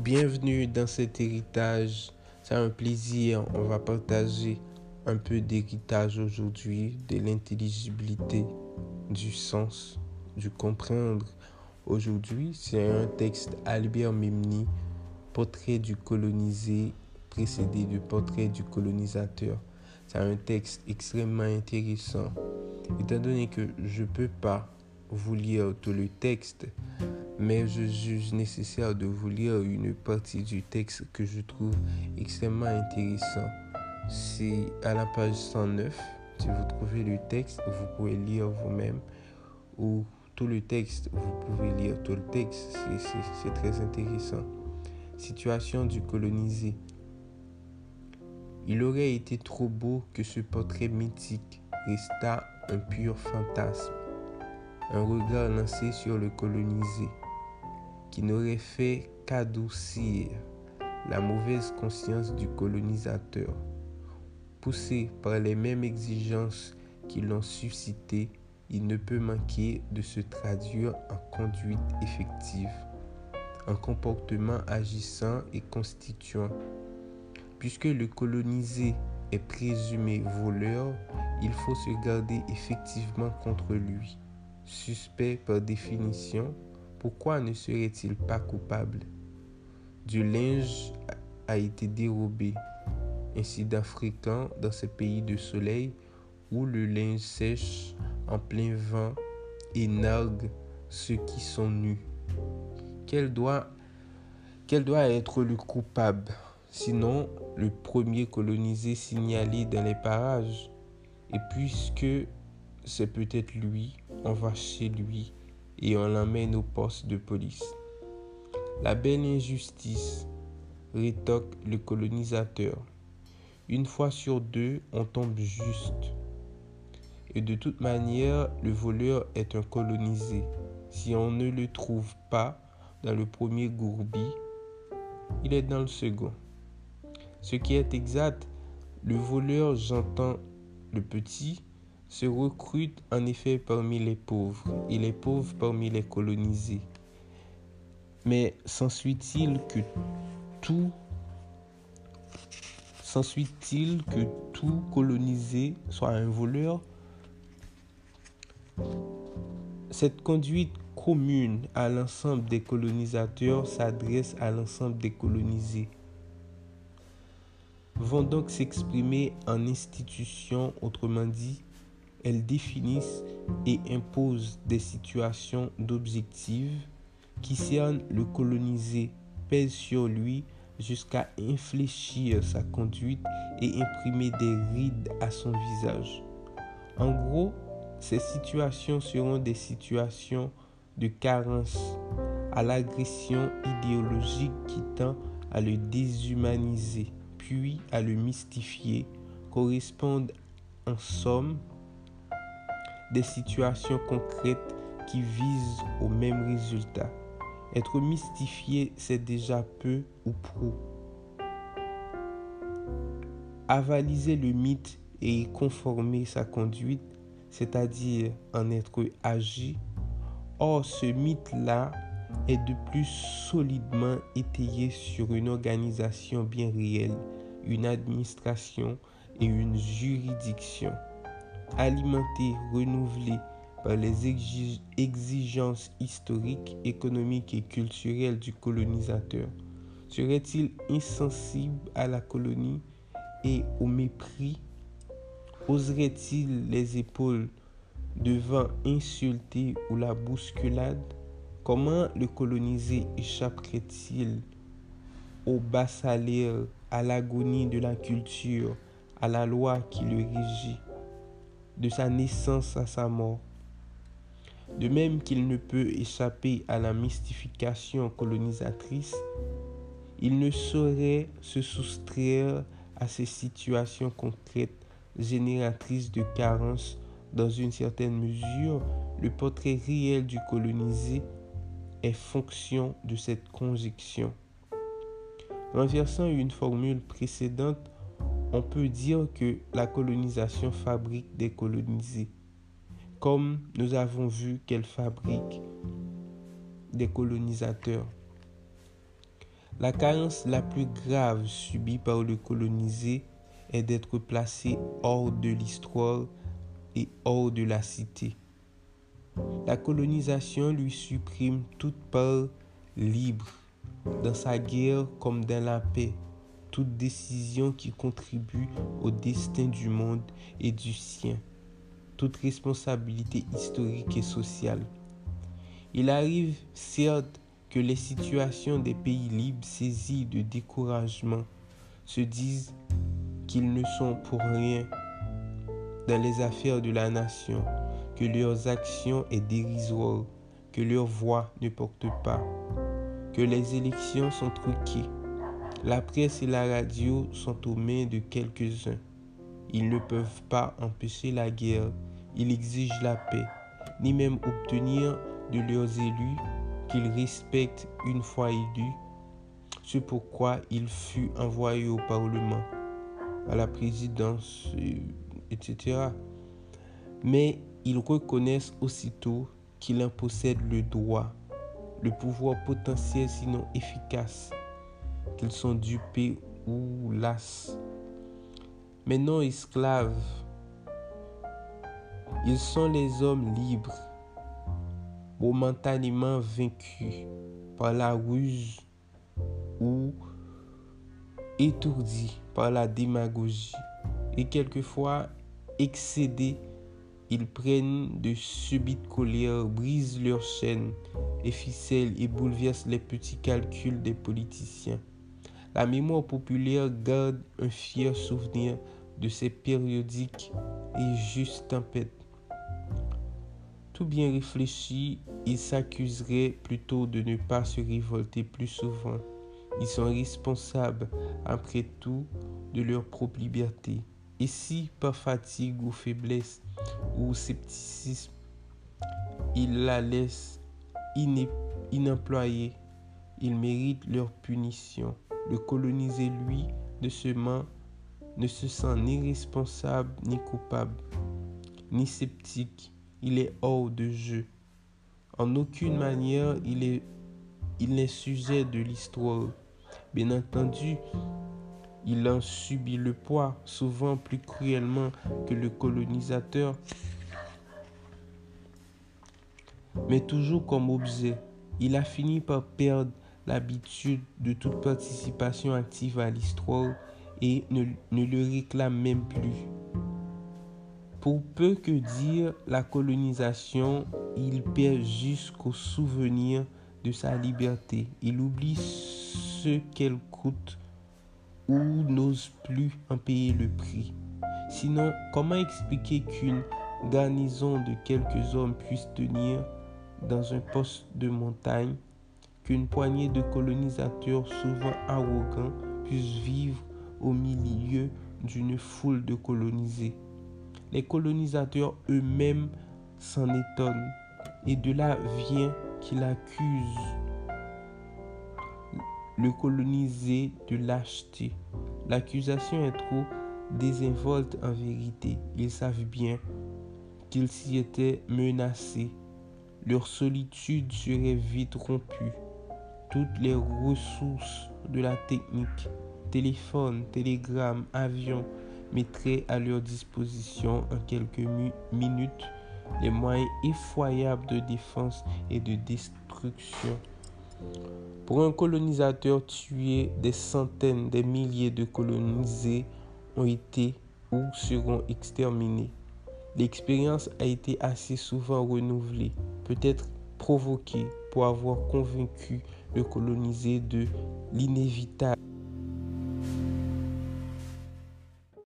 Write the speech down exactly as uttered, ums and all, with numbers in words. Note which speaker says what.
Speaker 1: Bienvenue dans cet héritage. C'est un plaisir. On va partager un peu d'héritage aujourd'hui, de l'intelligibilité, du sens, du comprendre. Aujourd'hui, c'est un texte Albert Memmi, Portrait du colonisé, précédé du portrait du colonisateur. C'est un texte extrêmement intéressant. Étant donné que je ne peux pas vous lire tout le texte, mais je juge nécessaire de vous lire une partie du texte que je trouve extrêmement intéressant. C'est à la page cent neuf. Si vous trouvez le texte, vous pouvez lire vous-même, ou tout le texte, vous pouvez lire tout le texte. C'est, c'est, c'est très intéressant. Situation du colonisé. Il aurait été trop beau que ce portrait mythique restât un pur fantasme, un regard lancé sur le colonisé, qui n'aurait fait qu'adoucir la mauvaise conscience du colonisateur. Poussé par les mêmes exigences qui l'ont suscité, il ne peut manquer de se traduire en conduite effective, en comportement agissant et constituant. Puisque le colonisé est présumé voleur, il faut se garder effectivement contre lui. Suspect par définition, pourquoi ne serait-il pas coupable? Du linge a été dérobé, incident fréquent dans ces pays de soleil où le linge sèche en plein vent et nargue ceux qui sont nus. Quel doit, quel doit être le coupable? Sinon, le premier colonisé signalé dans les parages. Et puisque c'est peut-être lui, on va chez lui et on l'emmène au poste de police. La belle injustice, rétorque le colonisateur. Une fois sur deux, on tombe juste. Et de toute manière, le voleur est un colonisé. Si on ne le trouve pas dans le premier gourbi, il est dans le second. Ce qui est exact, le voleur, j'entends le petit, se recrute en effet parmi les pauvres et les pauvres parmi les colonisés. Mais s'ensuit-il que tout s'ensuit-il que tout colonisé soit un voleur? Cette conduite commune à l'ensemble des colonisateurs s'adresse à l'ensemble des colonisés. Vont donc s'exprimer en institutions, autrement dit, elles définissent et imposent des situations d'objectives qui cernent le colonisé, pèsent sur lui jusqu'à infléchir sa conduite et imprimer des rides à son visage. En gros, ces situations seront des situations de carence à l'agression idéologique qui tend à le déshumaniser, puis à le mystifier, correspondent en somme des situations concrètes qui visent au même résultat. Être mystifié, c'est déjà peu ou prou. Avaliser le mythe et y conformer sa conduite, c'est-à-dire en être agi. Or, ce mythe-là est de plus solidement étayé sur une organisation bien réelle, une administration et une juridiction, alimentée, renouvelée par les exigences historiques, économiques et culturelles du colonisateur. Serait-il insensible à la colonie et au mépris? Oserait-il les épaules devant insulter ou la bousculade? Comment le colonisé échapperait-il au bas salaire, à l'agonie de la culture, à la loi qui le régit, de sa naissance à sa mort? De même qu'il ne peut échapper à la mystification colonisatrice, il ne saurait se soustraire à ces situations concrètes génératrices de carence. Dans une certaine mesure, le portrait réel du colonisé est fonction de cette conjonction. Renversant une formule précédente, on peut dire que la colonisation fabrique des colonisés, comme nous avons vu qu'elle fabrique des colonisateurs. La carence la plus grave subie par le colonisé est d'être placé hors de l'histoire et hors de la cité. La colonisation lui supprime toute part libre, dans sa guerre comme dans la paix, toute décision qui contribue au destin du monde et du sien, toute responsabilité historique et sociale. Il arrive, certes, que les situations des pays libres saisis de découragement se disent qu'ils ne sont pour rien dans les affaires de la nation, que leurs actions sont dérisoires, que leur voix ne porte pas, que les élections sont truquées. La presse et la radio sont aux mains de quelques-uns. Ils ne peuvent pas empêcher la guerre, ils exigent la paix, ni même obtenir de leurs élus qu'ils respectent une fois élus, ce pourquoi il fut envoyé au Parlement, à la présidence, et cetera. Mais ils reconnaissent aussitôt qu'il en possède le droit, le pouvoir potentiel sinon efficace, qu'ils sont dupés ou las. Mais non esclaves, ils sont les hommes libres, momentanément vaincus par la ruse ou étourdis par la démagogie. Et quelquefois, excédés, ils prennent de subites colères, brisent leurs chaînes et ficelles et bouleversent les petits calculs des politiciens. La mémoire populaire garde un fier souvenir de ces périodiques et justes tempêtes. Tout bien réfléchi, ils s'accuseraient plutôt de ne pas se révolter plus souvent. Ils sont responsables, après tout, de leur propre liberté. Et si, par fatigue ou faiblesse ou scepticisme, ils la laissent iné- inemployée, ils méritent leur punition. Le colonisé, lui, ne se, ment, ne se sent ni responsable, ni coupable, ni sceptique. Il est hors de jeu. En aucune manière, il est, il n'est sujet de l'histoire. Bien entendu, il en subit le poids, souvent plus cruellement que le colonisateur, mais toujours comme objet. Il a fini par perdre l'habitude de toute participation active à l'histoire et ne, ne le réclame même plus. Pour peu que dire la colonisation, il perd jusqu'au souvenir de sa liberté. Il oublie ce qu'elle coûte ou n'ose plus en payer le prix. Sinon, comment expliquer qu'une garnison de quelques hommes puisse tenir dans un poste de montagne, qu'une poignée de colonisateurs souvent arrogants puissent vivre au milieu d'une foule de colonisés? Les colonisateurs eux-mêmes s'en étonnent, et de là vient qu'il accuse le colonisé de lâcheté. L'accusation est trop désinvolte en vérité. Ils savent bien qu'ils s'y étaient menacés. Leur solitude serait vite rompue. Toutes les ressources de la technique, téléphone, télégramme, avion, mettraient à leur disposition en quelques mu- minutes les moyens effroyables de défense et de destruction. Pour un colonisateur tué, des centaines, des milliers de colonisés ont été ou seront exterminés. L'expérience a été assez souvent renouvelée, peut-être provoquée pour avoir convaincu le colonisé de l'inévitable